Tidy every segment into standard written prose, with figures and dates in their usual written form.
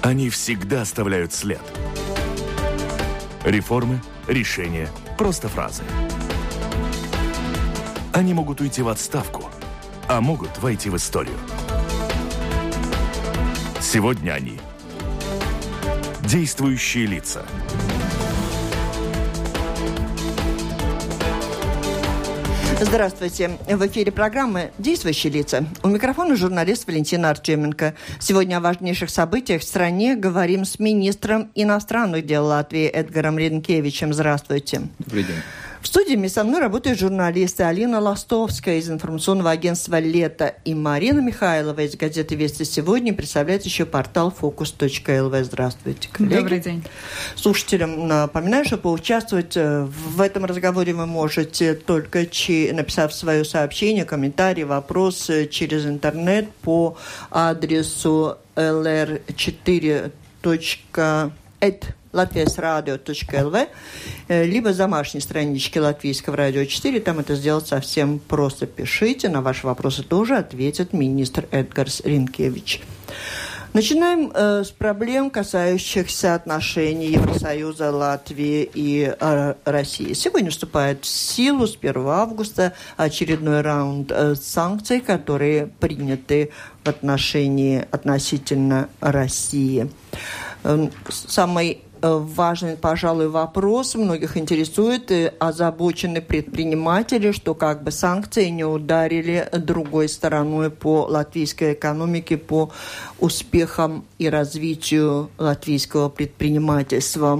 Они всегда оставляют след. Реформы, решения, просто фразы. Они могут уйти в отставку, а могут войти в историю. Сегодня они – действующие лица. Здравствуйте. В эфире программы «Действующие лица». У микрофона журналист Валентина Артеменко. Сегодня о важнейших событиях в стране говорим с министром иностранных дел Латвии Эдгаром Ринкевичем. Здравствуйте. Добрый день. В студии со мной работают журналисты Алина Ластовская из информационного агентства «Лето» и Марина Михайлова из газеты «Вести сегодня». Представляет еще портал focus.lv. Здравствуйте, коллеги. Добрый день. Слушателям напоминаю, что поучаствовать в этом разговоре вы можете только написав свое сообщение, комментарий, вопрос через интернет по адресу lr4.latviasradio.lv, либо домашней страничке Латвийского радио 4. Там это сделать совсем просто. Пишите. На ваши вопросы тоже ответит министр Эдгарс Ринкевич. Начинаем с проблем, касающихся отношений Евросоюза, Латвии и России. Сегодня вступает в силу с 1 августа очередной раунд санкций, которые приняты в относительно России. Самый важный, пожалуй, вопрос многих интересует, озабочены предприниматели, что как бы санкции не ударили другой стороной по латвийской экономике, по успехам и развитию латвийского предпринимательства.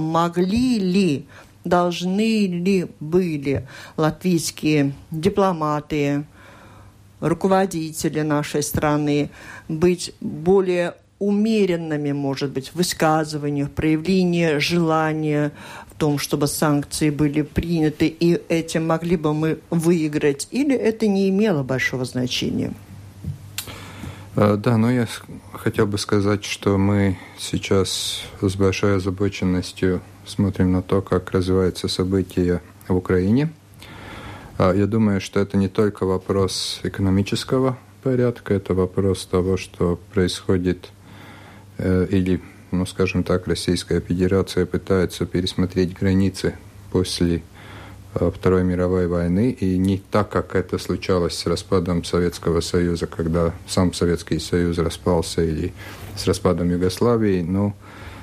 Должны ли были латвийские дипломаты, руководители нашей страны быть более умеренными, может быть, в высказываниях, проявлении желания в том, чтобы санкции были приняты, и этим могли бы мы выиграть, или это не имело большого значения? Да, но я хотел бы сказать, что мы сейчас с большой озабоченностью смотрим на то, как развиваются события в Украине. Я думаю, что это не только вопрос экономического порядка, это вопрос того, что происходит или, скажем так, Российская Федерация пытается пересмотреть границы после Второй мировой войны, и не так, как это случалось с распадом Советского Союза, когда сам Советский Союз распался, или с распадом Югославии, но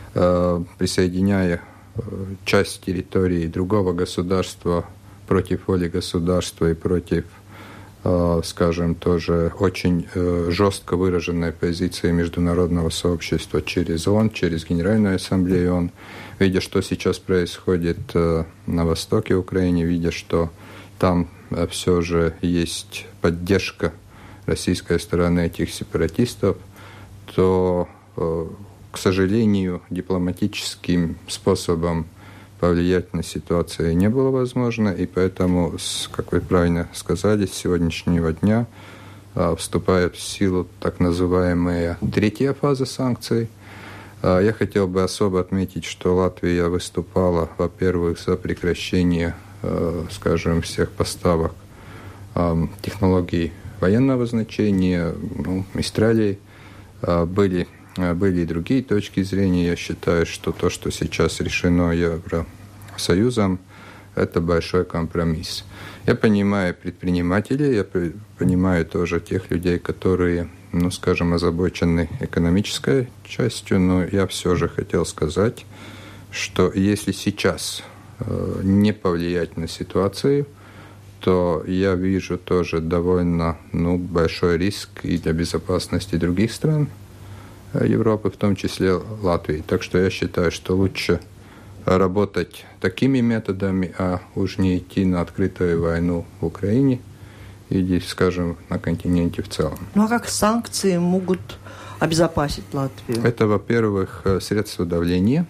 присоединяя часть территории другого государства против воли государства и против, скажем, тоже очень жестко выраженной позиции международного сообщества через ООН, через Генеральную Ассамблею ООН, видя, что сейчас происходит на востоке Украины, видя, что там все же есть поддержка российской стороны этих сепаратистов, то, к сожалению, дипломатическим способом повлиять на ситуацию не было возможно, и поэтому, как вы правильно сказали, с сегодняшнего дня вступает в силу так называемая третья фаза санкций. Я хотел бы особо отметить, что Латвия выступала, во-первых, за прекращение, скажем, всех поставок технологий военного значения, Мистралей. Были и другие точки зрения. Я считаю, что то, что сейчас решено Евросоюзом, это большой компромисс. Я понимаю предпринимателей, я понимаю тоже тех людей, которые, скажем, озабочены экономической частью, но я все же хотел сказать, что если сейчас не повлиять на ситуацию, то я вижу тоже довольно большой риск и для безопасности других стран Европы, в том числе Латвии. Так что я считаю, что лучше работать такими методами, а уж не идти на открытую войну в Украине или, скажем, на континенте в целом. А как санкции могут обезопасить Латвию? Это, во-первых, средства давления.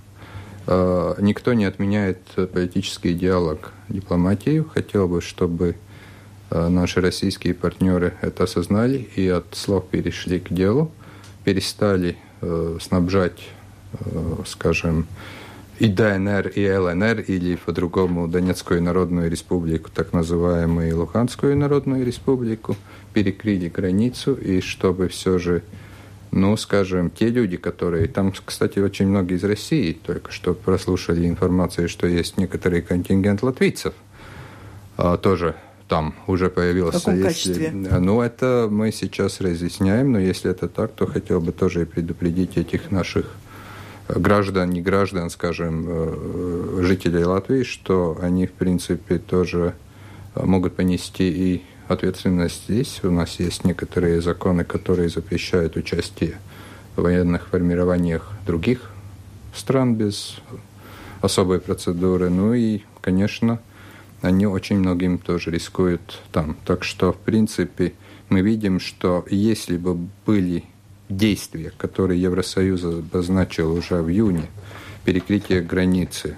Никто не отменяет политический диалог, дипломатию. Хотел бы, чтобы наши российские партнеры это осознали и от слов перешли к делу. Перестали снабжать, скажем, и ДНР, и ЛНР, или по-другому Донецкую Народную Республику, так называемую Луганскую Народную Республику, перекрыли границу, и чтобы все же ну, скажем, те люди, которые... Там, кстати, очень многие из России только что прослушали информацию, что есть некоторый контингент латвийцев. Тоже там уже появился. В каком качестве? Ну, это мы сейчас разъясняем, но если это так, то хотел бы тоже и предупредить этих наших граждан, не граждан, скажем, жителей Латвии, что они, в принципе, тоже могут понести и ответственность здесь. У нас есть некоторые законы, которые запрещают участие в военных формированиях других стран без особой процедуры. Ну и, конечно, они очень многим тоже рискуют там. Так что, в принципе, мы видим, что если бы были действия, которые Евросоюз обозначил уже в июне, перекрытие границы,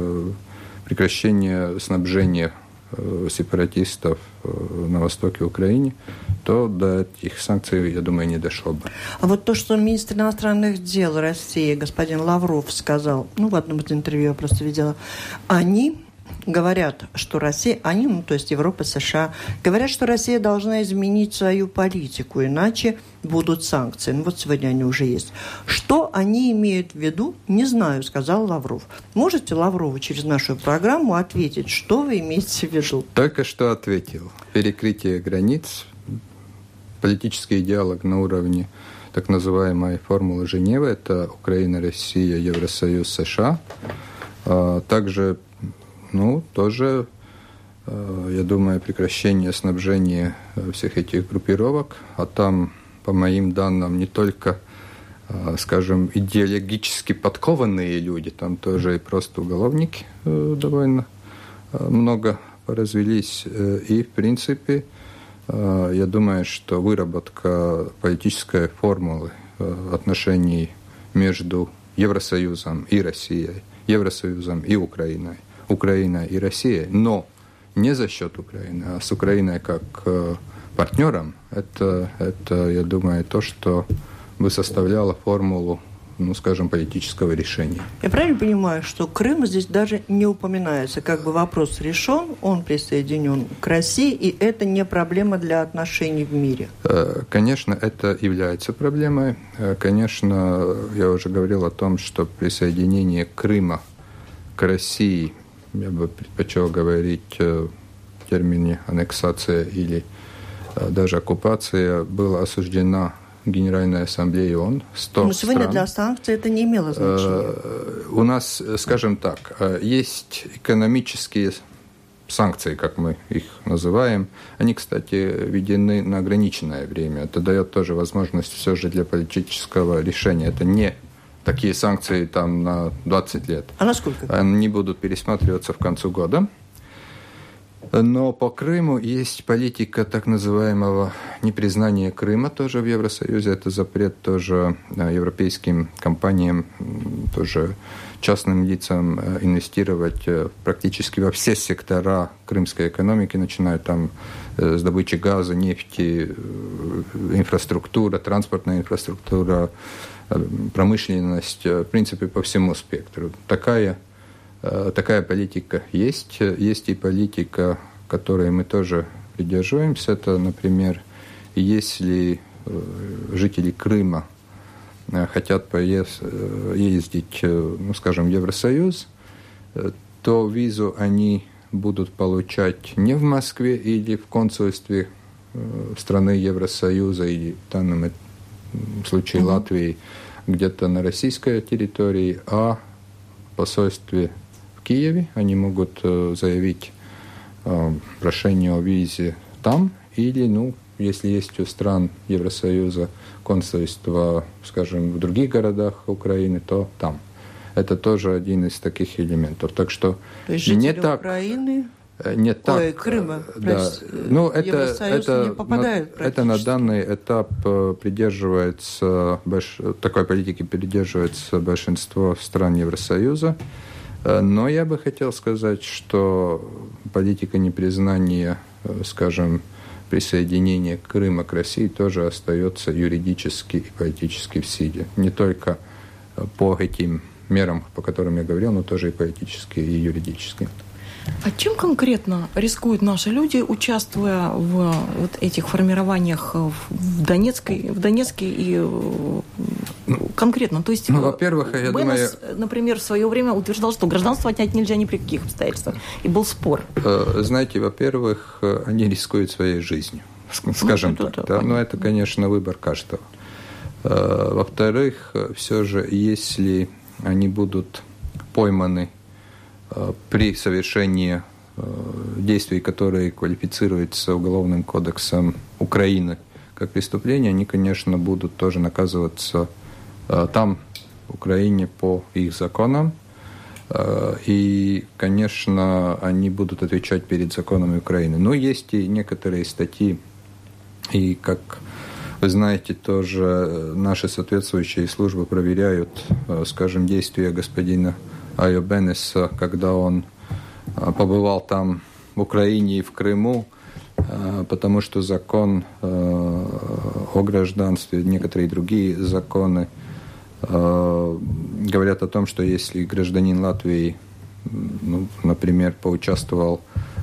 прекращение снабжения сепаратистов на востоке Украины, то до этих санкций, я думаю, не дошло бы. А вот то, что министр иностранных дел России господин Лавров сказал, в одном из интервью я просто видела, они говорят, что Россия, то есть Европа, США, говорят, что Россия должна изменить свою политику, иначе будут санкции. Вот сегодня они уже есть. Что они имеют в виду, не знаю, сказал Лавров. Можете Лаврову через нашу программу ответить, что вы имеете в виду? Только что ответил. Перекрытие границ, политический диалог на уровне так называемой формулы Женевы, это Украина, Россия, Евросоюз, США. Также тоже, я думаю, прекращение снабжения всех этих группировок, а там, по моим данным, не только, скажем, идеологически подкованные люди, там тоже и просто уголовники довольно много поразвелись. И, в принципе, я думаю, что выработка политической формулы отношений между Евросоюзом и Россией, Евросоюзом и Украиной, Украина и Россия, но не за счет Украины, а с Украиной как партнером, это, я думаю, то, что бы составляло формулу, скажем, политического решения. Я правильно понимаю, что Крым здесь даже не упоминается? Как бы вопрос решен, он присоединен к России, и это не проблема для отношений в мире? Конечно, это является проблемой. Конечно, я уже говорил о том, что присоединение Крыма к России, я бы предпочел говорить в термине аннексация или даже оккупация, была осуждена Генеральной Ассамблеей ООН. 100 Но сегодня стран. для санкций это не имело значения. У нас, скажем так, есть экономические санкции, как мы их называем. Они, кстати, введены на ограниченное время. Это дает тоже возможность все же для политического решения. Это не такие санкции там на 20 лет. А на сколько? Они будут пересматриваться в конце года. Но по Крыму есть политика так называемого непризнания Крыма тоже в Евросоюзе. Это запрет тоже европейским компаниям, тоже частным лицам инвестировать практически во все сектора крымской экономики, начиная там с добычи газа, нефти, инфраструктура, транспортная инфраструктура, промышленность, в принципе, по всему спектру. Такая политика есть. Есть и политика, которой мы тоже придерживаемся. Это, например, если жители Крыма хотят ездить, скажем, в Евросоюз, то визу они будут получать не в Москве или в консульстве страны Евросоюза, или в данном случае Латвии, где-то на российской территории, а в посольстве в Киеве они могут заявить прошение о визе там, или, если есть у стран Евросоюза консульство, скажем, в других городах Украины, то там. Это тоже один из таких элементов. Так что не так Украины, Крыма, да. Евросоюз не попадают практически. Это на данный этап такой политики придерживается большинство стран Евросоюза. Но я бы хотел сказать, что политика непризнания, скажем, присоединения Крыма к России тоже остается юридически и политически в силе. Не только по этим мерам, по которым я говорил, но тоже и политически, и юридически. А чем конкретно рискуют наши люди, участвуя в вот этих формированиях в Донецке и конкретно? То есть, во-первых, я думаю... например, в свое время утверждал, что гражданство отнять нельзя ни при каких обстоятельствах. И был спор. Знаете, во-первых, они рискуют своей жизнью, скажем так. Да? Но это, конечно, выбор каждого. Во-вторых, все же, если они будут пойманы при совершении действий, которые квалифицируются Уголовным кодексом Украины как преступления, они, конечно, будут тоже наказываться там, в Украине, по их законам. И, конечно, они будут отвечать перед законами Украины. Но есть и некоторые статьи, и, как вы знаете, тоже наши соответствующие службы проверяют, скажем, действия господина Айо Бенеса, когда он побывал там в Украине и в Крыму, потому что закон о гражданстве, некоторые другие законы говорят о том, что если гражданин Латвии, например, поучаствовал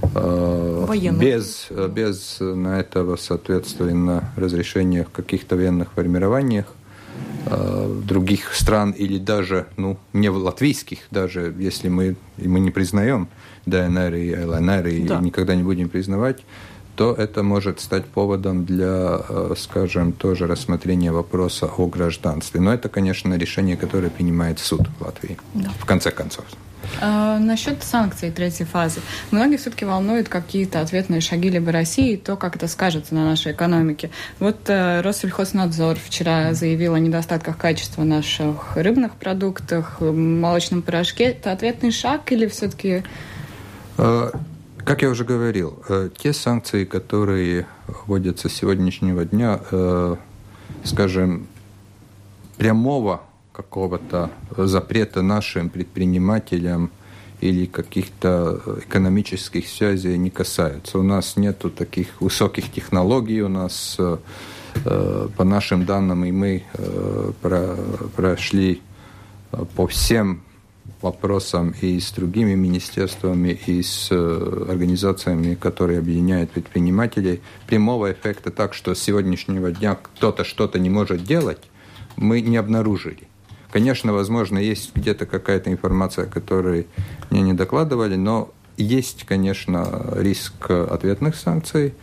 без на этого, соответственно, разрешения в каких-то военных формированиях других стран или даже, не в латвийских, даже если мы не признаем ДНР и ЛНР и никогда не будем признавать, то это может стать поводом для, скажем, тоже рассмотрения вопроса о гражданстве. Но это, конечно, решение, которое принимает суд в Латвии, в конце концов. Насчет санкций третьей фазы. Многих все-таки волнуют какие-то ответные шаги либо России, то, как это скажется на нашей экономике. Вот Россельхознадзор вчера заявил о недостатках качества наших рыбных продуктов, молочном порошке. Это ответный шаг или все-таки... Как я уже говорил, те санкции, которые вводятся с сегодняшнего дня, скажем, прямого какого-то запрета нашим предпринимателям или каких-то экономических связей не касаются. У нас нету таких высоких технологий, у нас, по нашим данным, и мы прошли по всем вопросам и с другими министерствами, и с организациями, которые объединяют предпринимателей, прямого эффекта так, что с сегодняшнего дня кто-то что-то не может делать, мы не обнаружили. Конечно, возможно, есть где-то какая-то информация, которую мне не докладывали, но есть, конечно, риск ответных санкций.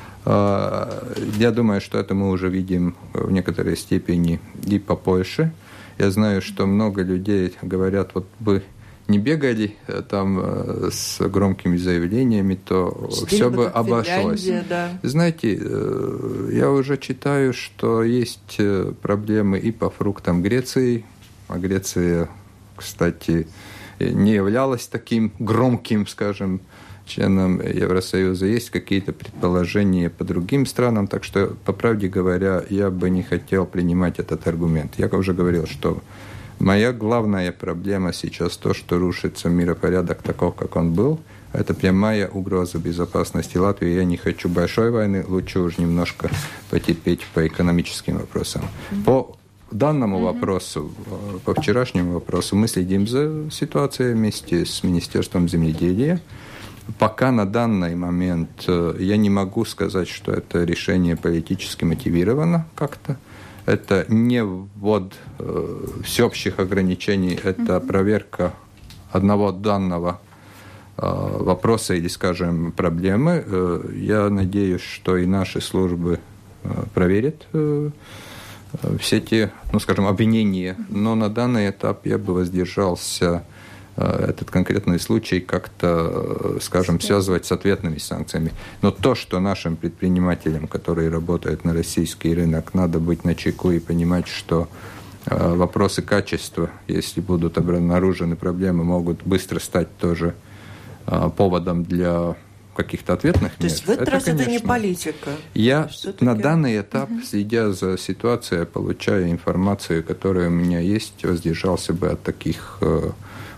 Я думаю, что это мы уже видим в некоторой степени и по Польше. Я знаю, что много людей говорят, вот бы не бегали там с громкими заявлениями, то все бы обошлось. Да. Знаете, я уже читаю, что есть проблемы и по фруктам Греции. А Греция, кстати, не являлась таким громким, скажем, членом Евросоюза. Есть какие-то предположения по другим странам, так что, по правде говоря, я бы не хотел принимать этот аргумент. Я уже говорил, что моя главная проблема сейчас то, что рушится миропорядок таков, как он был. Это прямая угроза безопасности Латвии. Я не хочу большой войны, лучше уж немножко потерпеть по экономическим вопросам. По данному вопросу, по вчерашнему вопросу, мы следим за ситуацией вместе с Министерством земледелия. Пока на данный момент я не могу сказать, что это решение политически мотивировано как-то. Это не ввод всеобщих ограничений, это проверка одного данного вопроса или, скажем, проблемы. Я надеюсь, что и наши службы проверят все те, скажем, обвинения. Но на данный этап я бы воздержался этот конкретный случай как-то, скажем, связывать с ответными санкциями. Но то, что нашим предпринимателям, которые работают на российский рынок, надо быть начеку и понимать, что вопросы качества, если будут обнаружены проблемы, могут быстро стать тоже поводом для каких-то ответных мер. То есть в этот раз это не политика? Я на данный этап, следя за ситуацией, получая информацию, которая у меня есть, воздержался бы от таких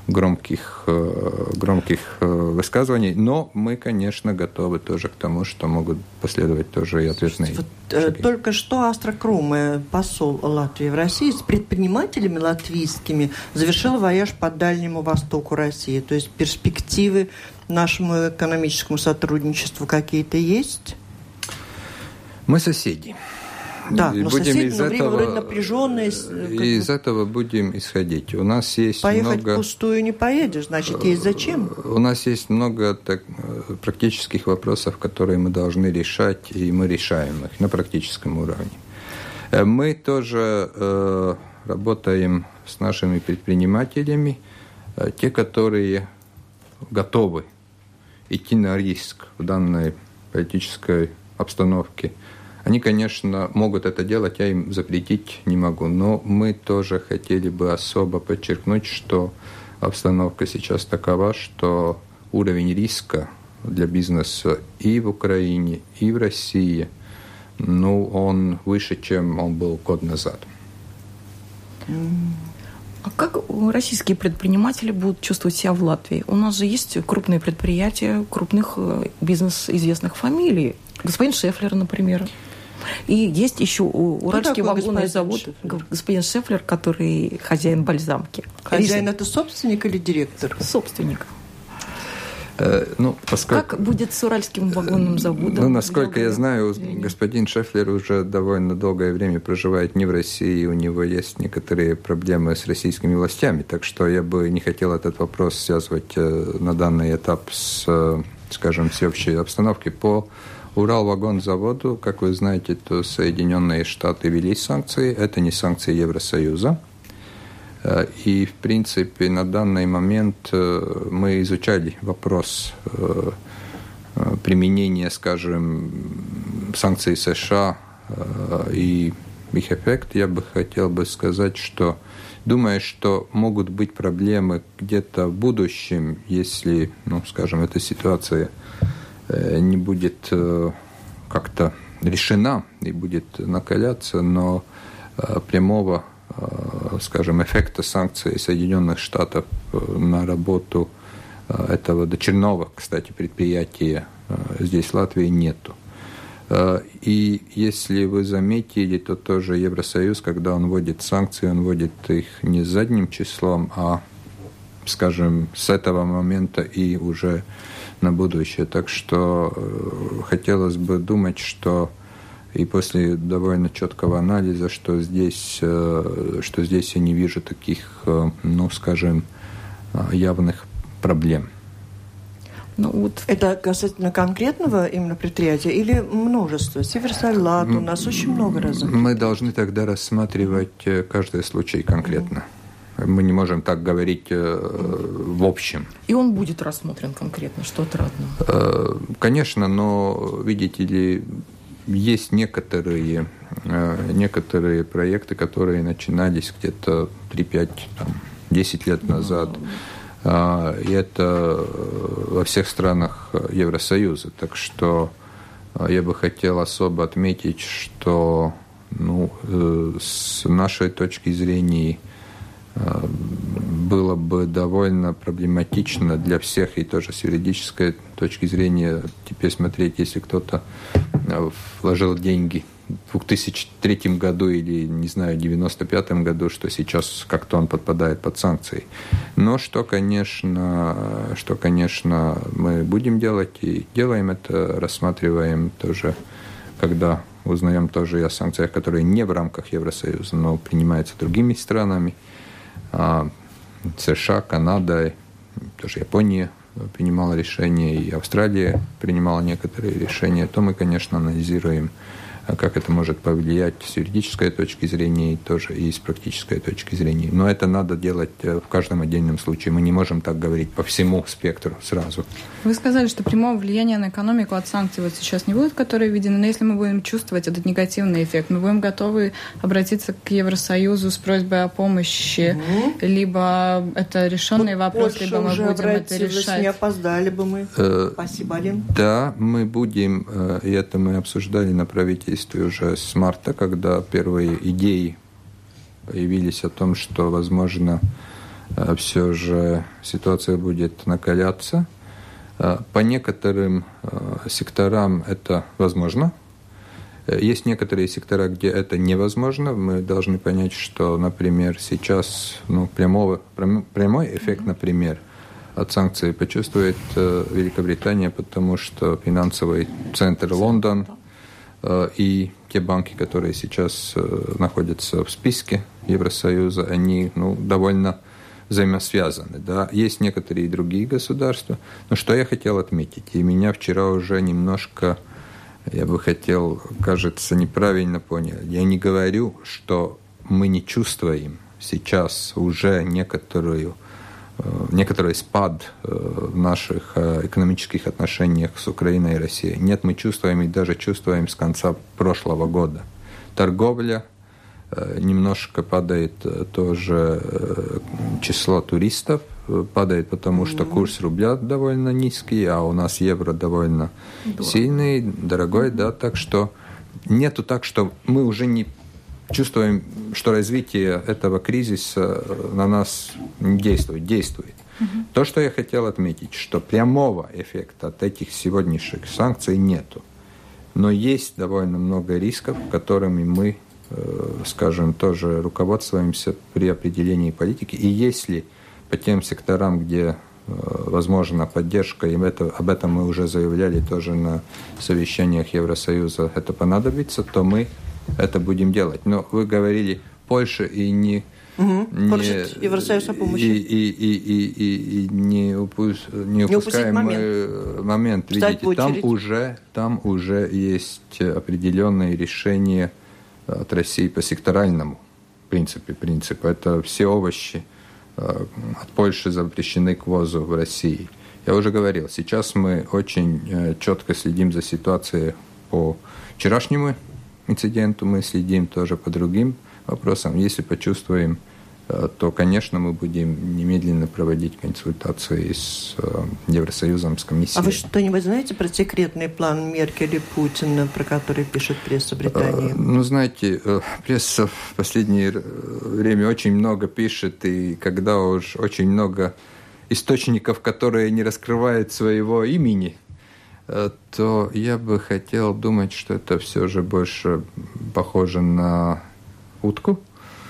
громких высказываний, но мы, конечно, готовы тоже к тому, что могут последовать тоже и ответные шаги. Только что Астра Круме, посол Латвии в России, с предпринимателями латвийскими завершил вояж по Дальнему Востоку России. То есть перспективы нашему экономическому сотрудничеству какие-то есть? Мы соседи. Да, но соседи, но время вроде напряженное. Из этого будем исходить. У нас есть поехать впустую не поедешь, значит, есть зачем? У нас есть много практических вопросов, которые мы должны решать, и мы решаем их на практическом уровне. Мы тоже работаем с нашими предпринимателями, те, которые готовы идти на риск в данной политической обстановке. Они, конечно, могут это делать, я им запретить не могу, но мы тоже хотели бы особо подчеркнуть, что обстановка сейчас такова, что уровень риска для бизнеса и в Украине, и в России, он выше, чем он был год назад. А как российские предприниматели будут чувствовать себя в Латвии? У нас же есть крупные предприятия, крупных бизнес-известных фамилий. Господин Шефлер, например. И есть еще Уральский вагонный завод, господин Шефлер, который хозяин бальзамки. Хозяин – это собственник или директор? Собственник. Поскольку... Как будет с Уральским вагонным заводом? Насколько я знаю, господин Шефлер уже довольно долгое время проживает не в России, у него есть некоторые проблемы с российскими властями, так что я бы не хотел этот вопрос связывать на данный этап с, скажем, всеобщей обстановкой. По Уралвагонзаводу, как вы знаете, то Соединенные Штаты ввели санкции, это не санкции Евросоюза. И, в принципе, на данный момент мы изучали вопрос применения, скажем, санкций США и их эффект. Я бы хотел сказать, что думаю, что могут быть проблемы где-то в будущем, если, скажем, эта ситуация не будет как-то решена и будет накаляться, но прямого, скажем, эффекта санкций Соединенных Штатов на работу этого дочерного, кстати, предприятия здесь в Латвии нету. И если вы заметили, то тоже Евросоюз, когда он вводит санкции, он вводит их не задним числом, а, скажем, с этого момента и уже на будущее. Так что хотелось бы думать, что и после довольно четкого анализа, что здесь я не вижу таких, скажем, явных проблем. Это касательно конкретного именно предприятия или множества? Северсолат у нас очень много разных. Мы должны тогда рассматривать каждый случай конкретно. Мы не можем так говорить в общем. И он будет рассмотрен конкретно, что отрадно? Конечно, но, видите ли, есть некоторые проекты, которые начинались где-то 3-5, 10 лет назад. И это во всех странах Евросоюза. Так что я бы хотел особо отметить, что с нашей точки зрения было бы довольно проблематично для всех, и тоже с юридической точки зрения, теперь смотреть, если кто-то вложил деньги в 2003 году или, не знаю, в 1995 году, что сейчас как-то он подпадает под санкции. Но что, конечно, мы будем делать и делаем это, рассматриваем тоже, когда узнаем тоже и о санкциях, которые не в рамках Евросоюза, но принимаются другими странами. США, Канада, тоже Япония принимала решения, и Австралия принимала некоторые решения, то мы, конечно, анализируем, как это может повлиять с юридической точки зрения и тоже и с практической точки зрения. Но это надо делать в каждом отдельном случае. Мы не можем так говорить по всему спектру сразу. Вы сказали, что прямого влияния на экономику от санкций вот сейчас не будет, которые введены. Но если мы будем чувствовать этот негативный эффект, мы будем готовы обратиться к Евросоюзу с просьбой о помощи, либо это решенный вопрос, либо мы будем это решать. Не опоздали бы мы. Спасибо, Алин. Да, мы будем, и это мы обсуждали на правительстве уже с марта, когда первые идеи появились о том, что, возможно, все же ситуация будет накаляться. По некоторым секторам это возможно. Есть некоторые сектора, где это невозможно. Мы должны понять, что, например, сейчас прямой эффект, например, от санкций почувствует Великобритания, потому что финансовый центр Лондон и те банки, которые сейчас находятся в списке Евросоюза, они довольно взаимосвязаны. Да? Есть некоторые другие государства. Но что я хотел отметить, и меня вчера уже немножко, я бы хотел, кажется, неправильно поняли. Я не говорю, что мы не чувствуем сейчас уже некоторый спад в наших экономических отношениях с Украиной и Россией. Нет, мы чувствуем и даже чувствуем с конца прошлого года. Торговля немножко падает, тоже число туристов падает, потому что курс рубля довольно низкий, а у нас евро довольно сильный, дорогой, да, так что нету так, что мы уже не чувствуем, что развитие этого кризиса на нас действует. То, что я хотел отметить, что прямого эффекта от этих сегодняшних санкций нету. Но есть довольно много рисков, которыми мы, скажем, тоже руководствуемся при определении политики. И если по тем секторам, где возможна поддержка, и об этом мы уже заявляли тоже на совещаниях Евросоюза, это понадобится, то мы это будем делать. Но вы говорили Польша и не Евросоюз о помощи. И не упускаем момент. Видите, там уже есть определенные решения от России по секторальному принципу. Это все овощи от Польши запрещены к ввозу в Россию. Я уже говорил, сейчас мы очень четко следим за ситуацией по вчерашнему инциденту, мы следим тоже по другим вопросам. Если почувствуем, то, конечно, мы будем немедленно проводить консультации с Евросоюзом, с Комиссией. А вы что-нибудь знаете про секретный план Меркель и Путина, про который пишет пресса Британии? Знаете, пресса в последнее время очень много пишет, и когда уж очень много источников, которые не раскрывают своего имени, то я бы хотел думать, что это все же больше похоже на утку.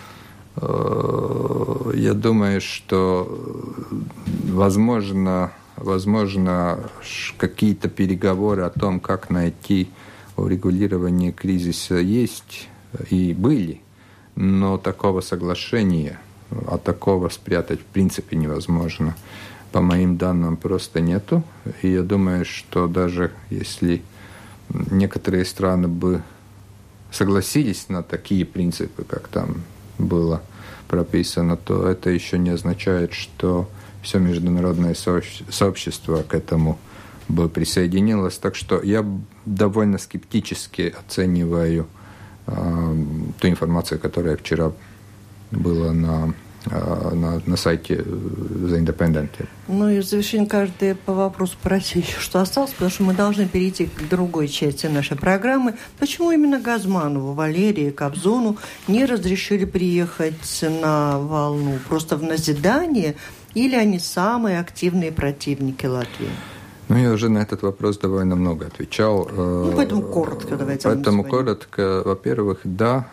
Я думаю, что возможно, какие-то переговоры о том, как найти урегулирование кризиса, есть и были, но такого соглашения, а такого спрятать в принципе невозможно. По моим данным, просто нету. И я думаю, что даже если некоторые страны бы согласились на такие принципы, как там было прописано, то это еще не означает, что все международное сообщество к этому бы присоединилось. Так что я довольно скептически оцениваю ту информацию, которая вчера была на сайте The Independent. И в завершение каждый по вопросу по России еще что осталось, потому что мы должны перейти к другой части нашей программы. Почему именно Газманову, Валерии, Кобзону не разрешили приехать на волну? Просто в назидание? Или они самые активные противники Латвии? Я уже на этот вопрос довольно много отвечал. Поэтому коротко давайте. Поэтому коротко. Во-первых, да,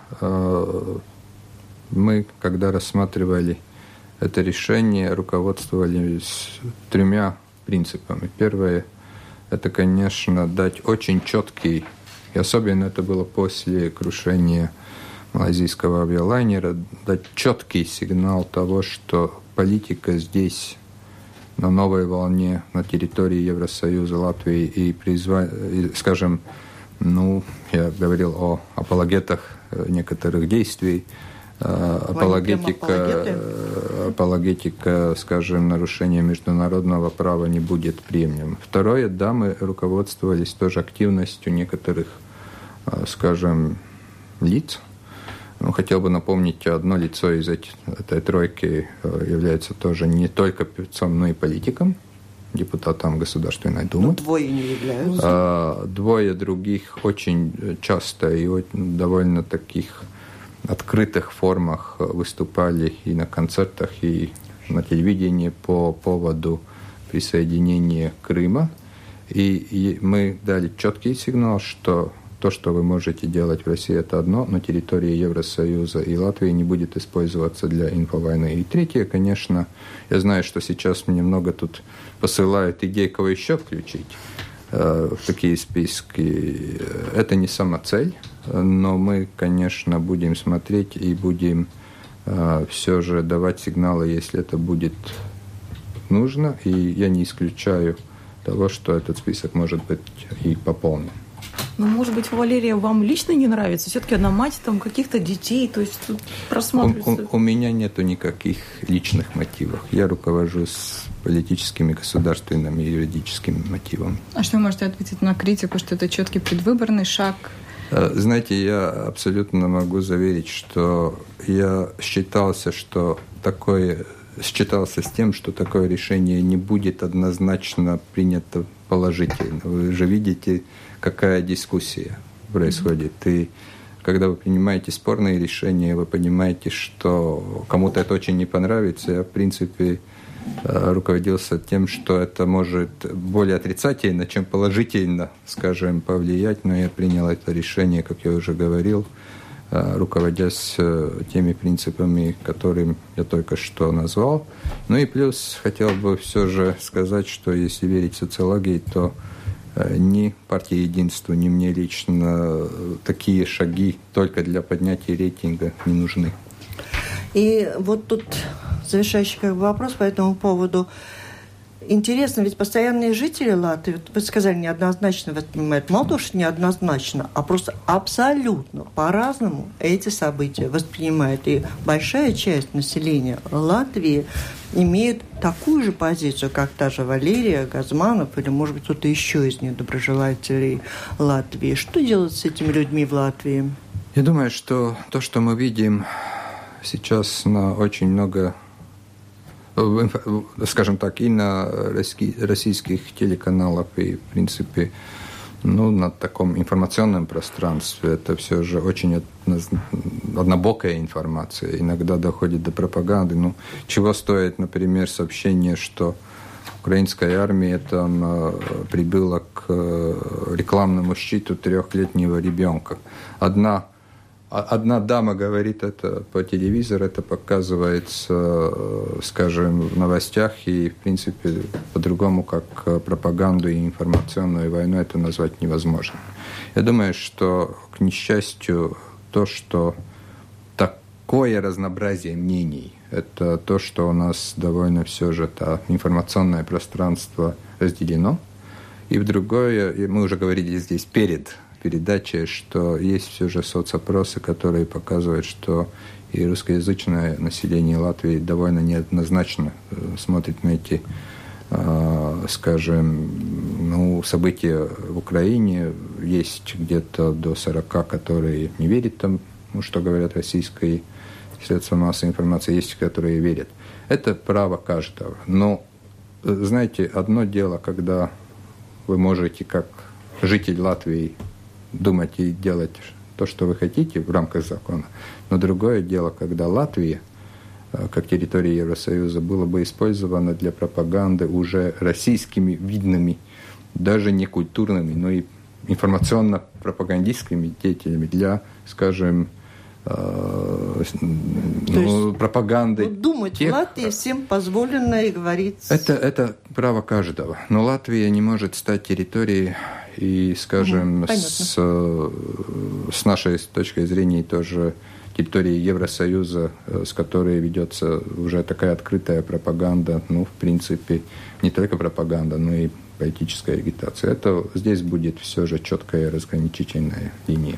мы, когда рассматривали это решение, руководствовались 3 принципами. Первое – это, конечно, дать очень четкий, и особенно это было после крушения малайзийского авиалайнера, дать четкий сигнал того, что политика здесь на новой волне на территории Евросоюза, Латвии и скажем, я говорил о апологетах некоторых действий, апологетика, скажем, нарушения международного права не будет приемлемым. Второе, да, мы руководствовались тоже активностью некоторых, скажем, лиц. Хотел бы напомнить, одно лицо из этой тройки является тоже не только певцом, но и политиком, депутатом Государственной Думы. Двое не являются. Двое других очень часто и довольно таких открытых формах выступали и на концертах, и на телевидении по поводу присоединения Крыма. И мы дали четкий сигнал, что то, что вы можете делать в России, это одно, но территория Евросоюза и Латвии не будет использоваться для инфовойны. И третье, конечно, я знаю, что сейчас мне много тут посылают идей, кого еще включить в такие списки. Это не самоцель, но мы, конечно, будем смотреть и будем все же давать сигналы, если это будет нужно. И я не исключаю того, что этот список может быть и пополнен. Ну, может быть, Валерия, вам лично не нравится? Все-таки она мать там каких-то детей, то есть тут просматривается... У меня нету никаких личных мотивов. Я руковожусь политическими, государственными и юридическими мотивами. А что вы можете ответить на критику, что это четкий предвыборный шаг? Знаете, я абсолютно могу заверить, что я считался с тем, что такое решение не будет однозначно принято положительно. Вы же видите, какая дискуссия происходит. И когда вы принимаете спорные решения, вы понимаете, что кому-то это очень не понравится. Я, в принципе, руководился тем, что это может более отрицательно, чем положительно, скажем, повлиять. Но я принял это решение, как я уже говорил, руководясь теми принципами, которые я только что назвал. Ну и плюс хотел бы все же сказать, что если верить социологии, то ни партии Единства, ни мне лично такие шаги только для поднятия рейтинга не нужны. И вот тут завершающий вопрос по этому поводу. Интересно, ведь постоянные жители Латвии, вы сказали, неоднозначно воспринимают. Мало того, что неоднозначно, а просто абсолютно по-разному эти события воспринимают. И большая часть населения Латвии имеет такую же позицию, как та же Валерия Газманов или, может быть, кто-то еще из недоброжелателей Латвии. Что делать с этими людьми в Латвии? Я думаю, что то, что мы видим сейчас на очень много, скажем так, и на российских телеканалах, и, в принципе, на таком информационном пространстве, это все же очень однобокая информация. Иногда доходит до пропаганды. Чего стоит, например, сообщение, что украинская армия там прибыла к рекламному щиту 3-летнего ребенка. Одна дама говорит это по телевизору, это показывается, скажем, в новостях, и, в принципе, по-другому, как пропаганду и информационную войну, это назвать невозможно. Я думаю, что, к несчастью, то, что такое разнообразие мнений, это то, что у нас довольно все же это информационное пространство разделено. И в другое, мы уже говорили здесь перед передачи, что есть все же соцопросы, которые показывают, что и русскоязычное население Латвии довольно неоднозначно смотрит на эти, скажем, события в Украине. Есть где-то до 40, которые не верят тому, что говорят российские средства массовой информации, есть, которые верят. Это право каждого. Но, знаете, одно дело, когда вы можете, как житель Латвии, думать и делать то, что вы хотите в рамках закона. Но другое дело, когда Латвия, как территория Евросоюза, была бы использована для пропаганды уже российскими видными, даже не культурными, но и информационно-пропагандистскими деятелями для, скажем, пропаганды. Думать в Латвии всем позволено и говорить... Это право каждого. Но Латвия не может стать территорией, и, скажем, с нашей точки зрения тоже территории Евросоюза, с которой ведется уже такая открытая пропаганда, в принципе, не только пропаганда, но и политическая агитация. Это здесь будет все же четкая разграничительная линия.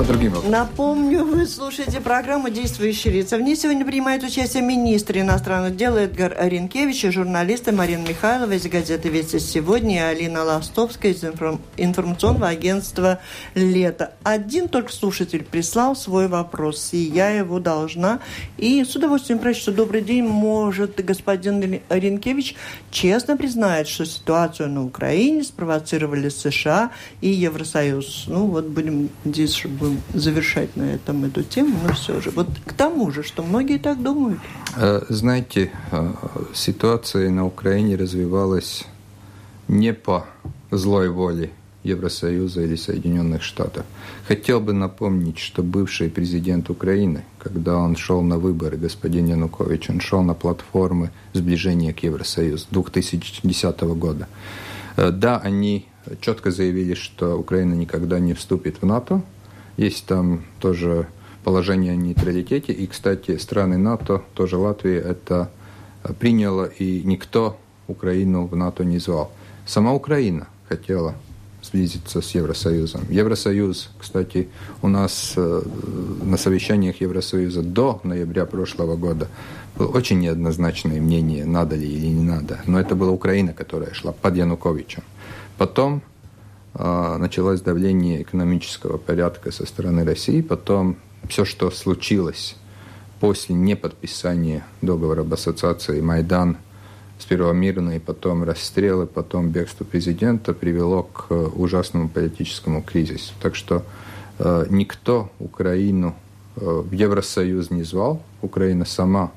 другим вопросам. Напомню, вы слушаете программу «Действующие лица». В ней сегодня принимают участие министр иностранных дел Эдгар Ринкевич и журналисты Марина Михайлова из газеты «Вести сегодня» и Алина Ластовская из информационного агентства «Лето». Один только слушатель прислал свой вопрос, и я его должна. И с удовольствием прочту. Добрый день. Может, господин Ринкевич честно признает, что ситуацию на Украине спровоцировали США и Евросоюз? Ну, вот будем надеяться, что будем завершать на этом эту тему, но все же. Вот к тому же, что многие так думают. Знаете, ситуация на Украине развивалась не по злой воле Евросоюза или Соединенных Штатов. Хотел бы напомнить, что бывший президент Украины, когда он шел на выборы, господин Янукович, он шел на платформы сближения к Евросоюзу 2010 года. Да, они четко заявили, что Украина никогда не вступит в НАТО. Есть там тоже положение о нейтралитете. И, кстати, страны НАТО, тоже Латвия, это приняла, и никто Украину в НАТО не звал. Сама Украина хотела сблизиться с Евросоюзом. Евросоюз, кстати, у нас на совещаниях Евросоюза до ноября прошлого года было очень неоднозначное мнение, надо ли или не надо. Но это была Украина, которая шла под Януковичем. Потом началось давление экономического порядка со стороны России. Потом все, что случилось после неподписания договора об ассоциации, Майдан, сперва мирный, потом расстрелы, потом бегство президента, привело к ужасному политическому кризису. Так что никто Украину в Евросоюз не звал. Украина сама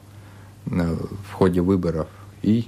в ходе выборов и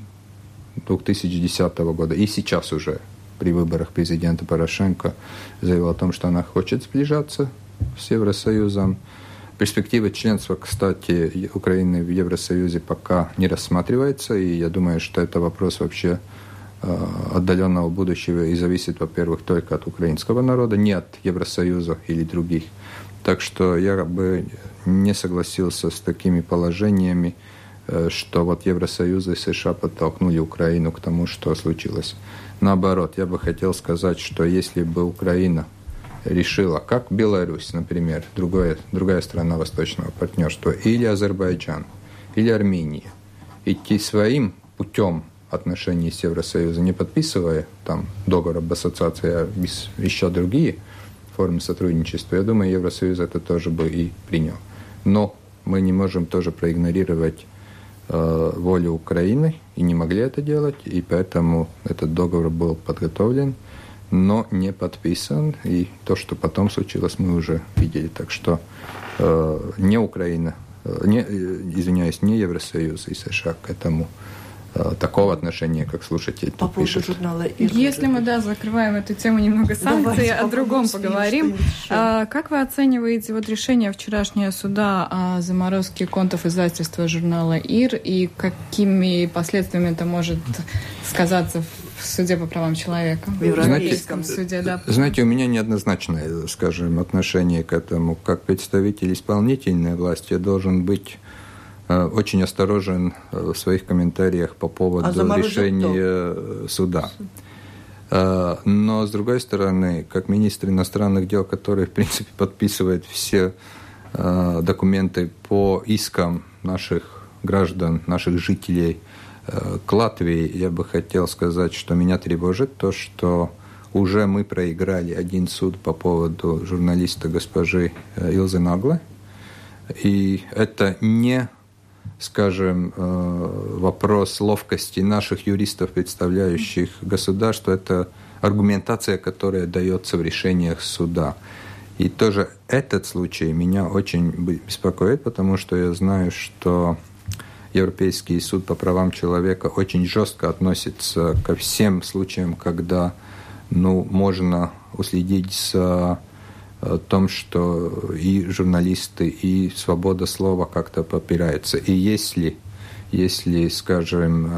2010 года, и сейчас уже при выборах президента Порошенко заявила о том, что она хочет сближаться с Евросоюзом. Перспектива членства, кстати, Украины в Евросоюзе пока не рассматривается, и я думаю, что это вопрос вообще отдаленного будущего и зависит, во-первых, только от украинского народа, не от Евросоюза или других. Так что я бы не согласился с такими положениями, что вот Евросоюз и США подтолкнули Украину к тому, что случилось. Наоборот, я бы хотел сказать, что если бы Украина решила, как Беларусь, например, другая страна восточного партнерства, или Азербайджан, или Армения, идти своим путем отношений с Евросоюзом, не подписывая там договор об ассоциации, а еще другие формы сотрудничества, я думаю, Евросоюз это тоже бы и принял. Но мы не можем тоже проигнорировать волю Украины, и не могли это делать, и поэтому этот договор был подготовлен, но не подписан, и то, что потом случилось, мы уже видели. Так что не Украина, не Евросоюз и США к этому такого отношения, как слушатель тут пишет. Если мы, закрываем эту тему немного санкций, о другом поговорим. Как вы оцениваете решение вчерашнего суда о заморозке контов издательства журнала «ИР» и какими последствиями это может сказаться в суде по правам человека? В Европейском суде, да. Знаете, у меня неоднозначное, скажем, отношение к этому. Как представитель исполнительной власти я должен быть очень осторожен в своих комментариях по поводу решения суда. Но, с другой стороны, как министр иностранных дел, который, в принципе, подписывает все документы по искам наших граждан, наших жителей к Латвии, я бы хотел сказать, что меня тревожит то, что уже мы проиграли один суд по поводу журналиста госпожи Илзы Нагле. И это не, скажем, вопрос ловкости наших юристов, представляющих государство, это аргументация, которая дается в решениях суда. И тоже этот случай меня очень беспокоит, потому что я знаю, что Европейский суд по правам человека очень жестко относится ко всем случаям, когда можно уследить за том, что и журналисты, и свобода слова как-то попираются. И если, скажем,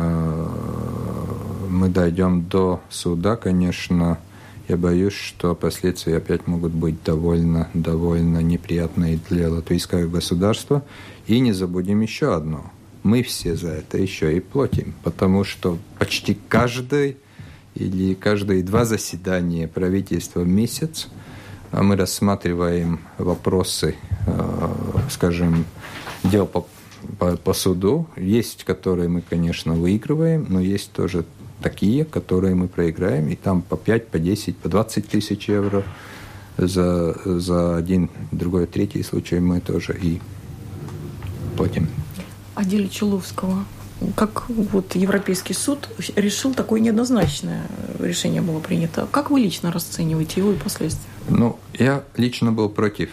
мы дойдем до суда, конечно, я боюсь, что последствия опять могут быть довольно неприятные для латвийского государства. И не забудем еще одно. Мы все за это еще и платим, потому что почти каждые 2 заседания правительства в месяц мы рассматриваем вопросы, скажем, дел по суду. Есть, которые мы, конечно, выигрываем, но есть тоже такие, которые мы проиграем, и там по 5, по 10, по 20 тысяч евро за один, другой, третий случай мы тоже и платим. О деле Чуловского. Как вот Европейский суд решил, такое неоднозначное решение было принято. Как вы лично расцениваете его и последствия? Я лично был против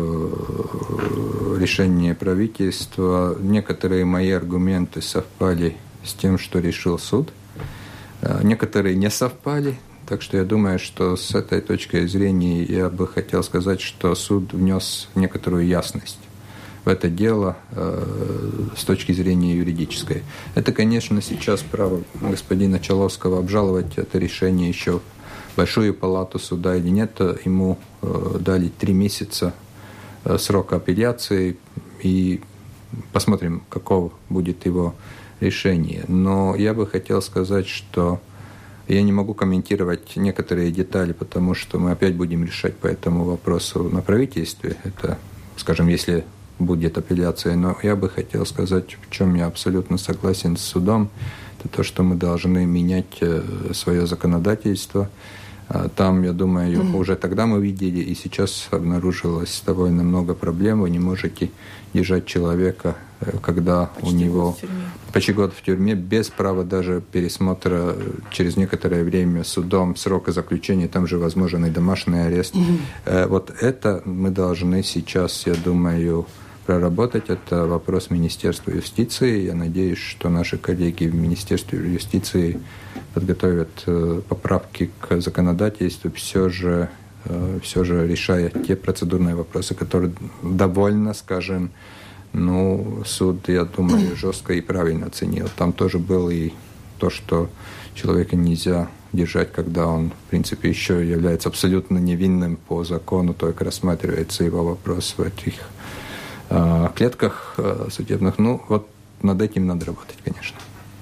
решения правительства. Некоторые мои аргументы совпали с тем, что решил суд. Некоторые не совпали. Так что я думаю, что с этой точки зрения я бы хотел сказать, что суд внес некоторую ясность в это дело с точки зрения юридической. Это, конечно, сейчас право господина Чоловского обжаловать это решение еще в Большую палату суда или нет. Ему дали 3 месяца срока апелляции, и посмотрим, каков будет его решение. Но я бы хотел сказать, что я не могу комментировать некоторые детали, потому что мы опять будем решать по этому вопросу на правительстве. Это, скажем, если будет апелляция. Но я бы хотел сказать, в чем я абсолютно согласен с судом, это то, что мы должны менять свое законодательство. Там, я думаю, уже тогда мы видели, и сейчас обнаружилось довольно много проблем. Вы не можете держать человека, когда почти у него почти год в тюрьме, без права даже пересмотра через некоторое время судом срока заключения, там же возможен и домашний арест. Вот это мы должны сейчас, я думаю, проработать. Это вопрос Министерства юстиции. Я надеюсь, что наши коллеги в Министерстве юстиции подготовят поправки к законодательству, все же решая те процедурные вопросы, которые довольно, скажем, суд, я думаю, жестко и правильно оценил. Там тоже было и то, что человека нельзя держать, когда он, в принципе, еще является абсолютно невинным по закону, только рассматривается его вопрос в этих клетках судебных. Вот над этим надо работать, конечно.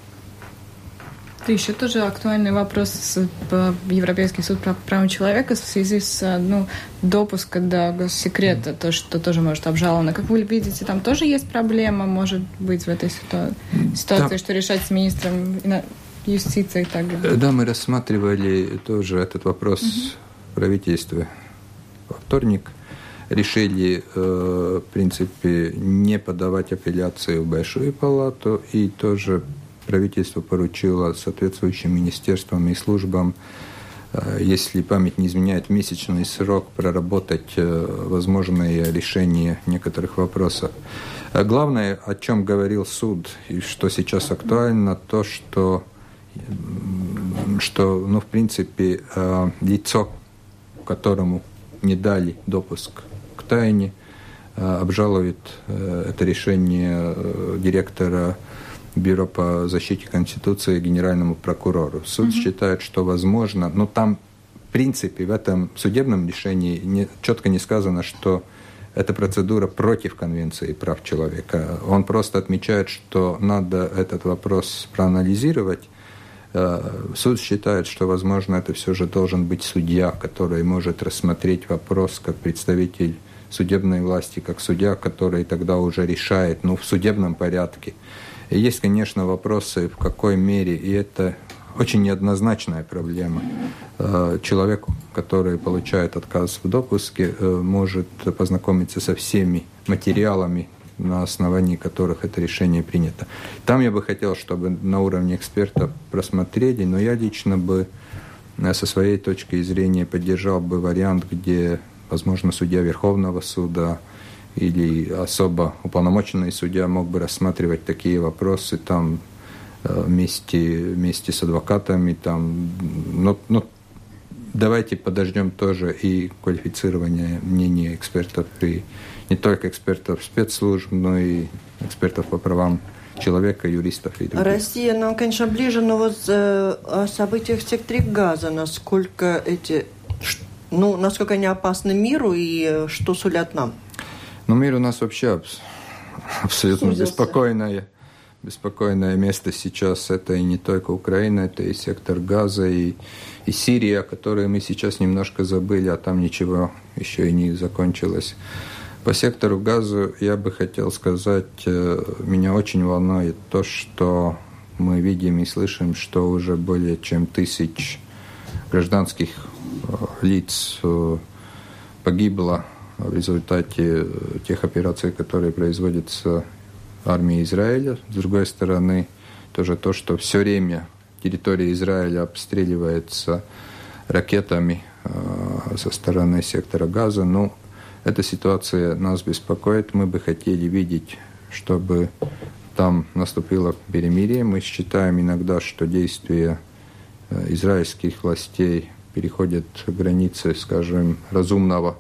Еще тоже актуальный вопрос в Европейский суд по правам человека в связи с допуском до госсекрета, то, что тоже может обжаловано. Как вы видите, там тоже есть проблема, может быть, в этой ситуации, что решать с министром юстиции и так далее? Да, мы рассматривали тоже этот вопрос в правительстве во вторник. Решили, в принципе, не подавать апелляцию в Большую палату, и тоже правительство поручило соответствующим министерствам и службам, если память не изменяет, месячный срок проработать возможные решения некоторых вопросов. Главное, о чем говорил суд, и что сейчас актуально, то, что в принципе, лицо, которому не дали допуск к тайне, обжалует это решение директора Бюро по защите Конституции генеральному прокурору. Суд считает, что возможно, но там, в принципе, в этом судебном решении четко не сказано, что эта процедура против Конвенции прав человека. Он просто отмечает, что надо этот вопрос проанализировать. Суд считает, что, возможно, это все же должен быть судья, который может рассмотреть вопрос как представитель судебной власти, как судья, который тогда уже решает, в судебном порядке. И есть, конечно, вопросы, в какой мере, и это очень неоднозначная проблема. Человек, который получает отказ в допуске, может познакомиться со всеми материалами, на основании которых это решение принято. Там я бы хотел, чтобы на уровне экспертов просмотрели, но я лично бы со своей точки зрения поддержал бы вариант, где, возможно, судья Верховного суда или особо уполномоченный судья мог бы рассматривать такие вопросы там вместе с адвокатами. Давайте подождем тоже и квалифицирование мнения экспертов, и не только экспертов спецслужб, но и экспертов по правам человека, юристов и других. Россия нам, конечно, ближе, но о событиях в секторе Газа, насколько они опасны миру и что сулят нам? Мир у нас вообще абсолютно беспокойное беспокойное место сейчас это и не только Украина, это и сектор Газа, и Сирия, о которой мы сейчас немножко забыли, а там ничего еще и не закончилось. По сектору Газа я бы хотел сказать, меня очень волнует то, что мы видим и слышим, что уже более чем 1000 гражданских лиц погибло в результате тех операций, которые производятся армией Израиля. С другой стороны, тоже то, что все время территория Израиля обстреливается ракетами со стороны сектора Газа. Ну, эта ситуация нас беспокоит. Мы бы хотели видеть, чтобы там наступило перемирие. Мы считаем иногда, что действия израильских властей переходят границы, скажем, разумного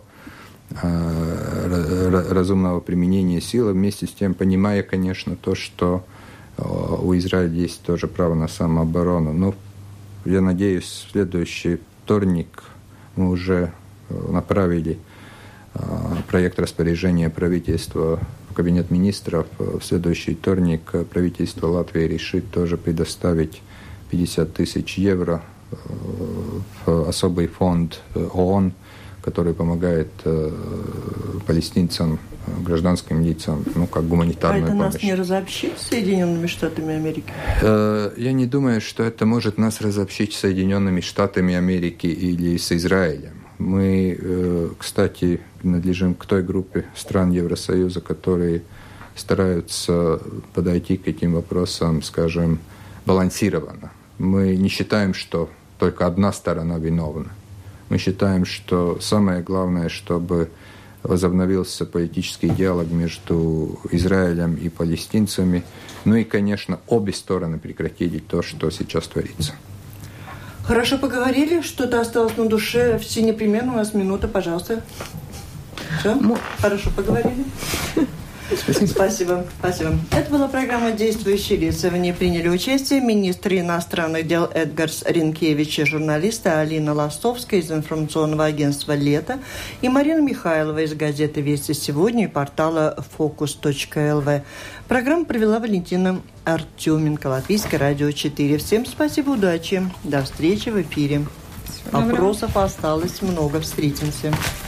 применения силы, вместе с тем понимая, конечно, то, что у Израиля есть тоже право на самооборону. Но я надеюсь, в следующий вторник мы уже направили проект распоряжения правительства в Кабинет министров. В следующий вторник правительство Латвии решит тоже предоставить 50 тысяч евро в особый фонд ООН, который помогает палестинцам, гражданским лицам, как гуманитарную помощь. А это нас не разобщит с Соединенными Штатами Америки? Я не думаю, что это может нас разобщить с Соединенными Штатами Америки или с Израилем. Мы, кстати, принадлежим к той группе стран Евросоюза, которые стараются подойти к этим вопросам, скажем, балансированно. Мы не считаем, что только одна сторона виновна. Мы считаем, что самое главное, чтобы возобновился политический диалог между Израилем и палестинцами. Ну и, конечно, обе стороны прекратили то, что сейчас творится. Хорошо поговорили, что-то осталось на душе. Все непременно, у нас минута, пожалуйста. Все? Хорошо поговорили? Спасибо. Это была программа «Действующие лица». В ней приняли участие министр иностранных дел Эдгарс Ринкевич и журналисты Алина Ластовская из информационного агентства «Лето» и Марина Михайлова из газеты «Вести сегодня» и портала focus.lv. Программу провела Валентина Артеменко, Латвийское радио 4. Всем спасибо, удачи. До встречи в эфире. Вопросов осталось много. Встретимся.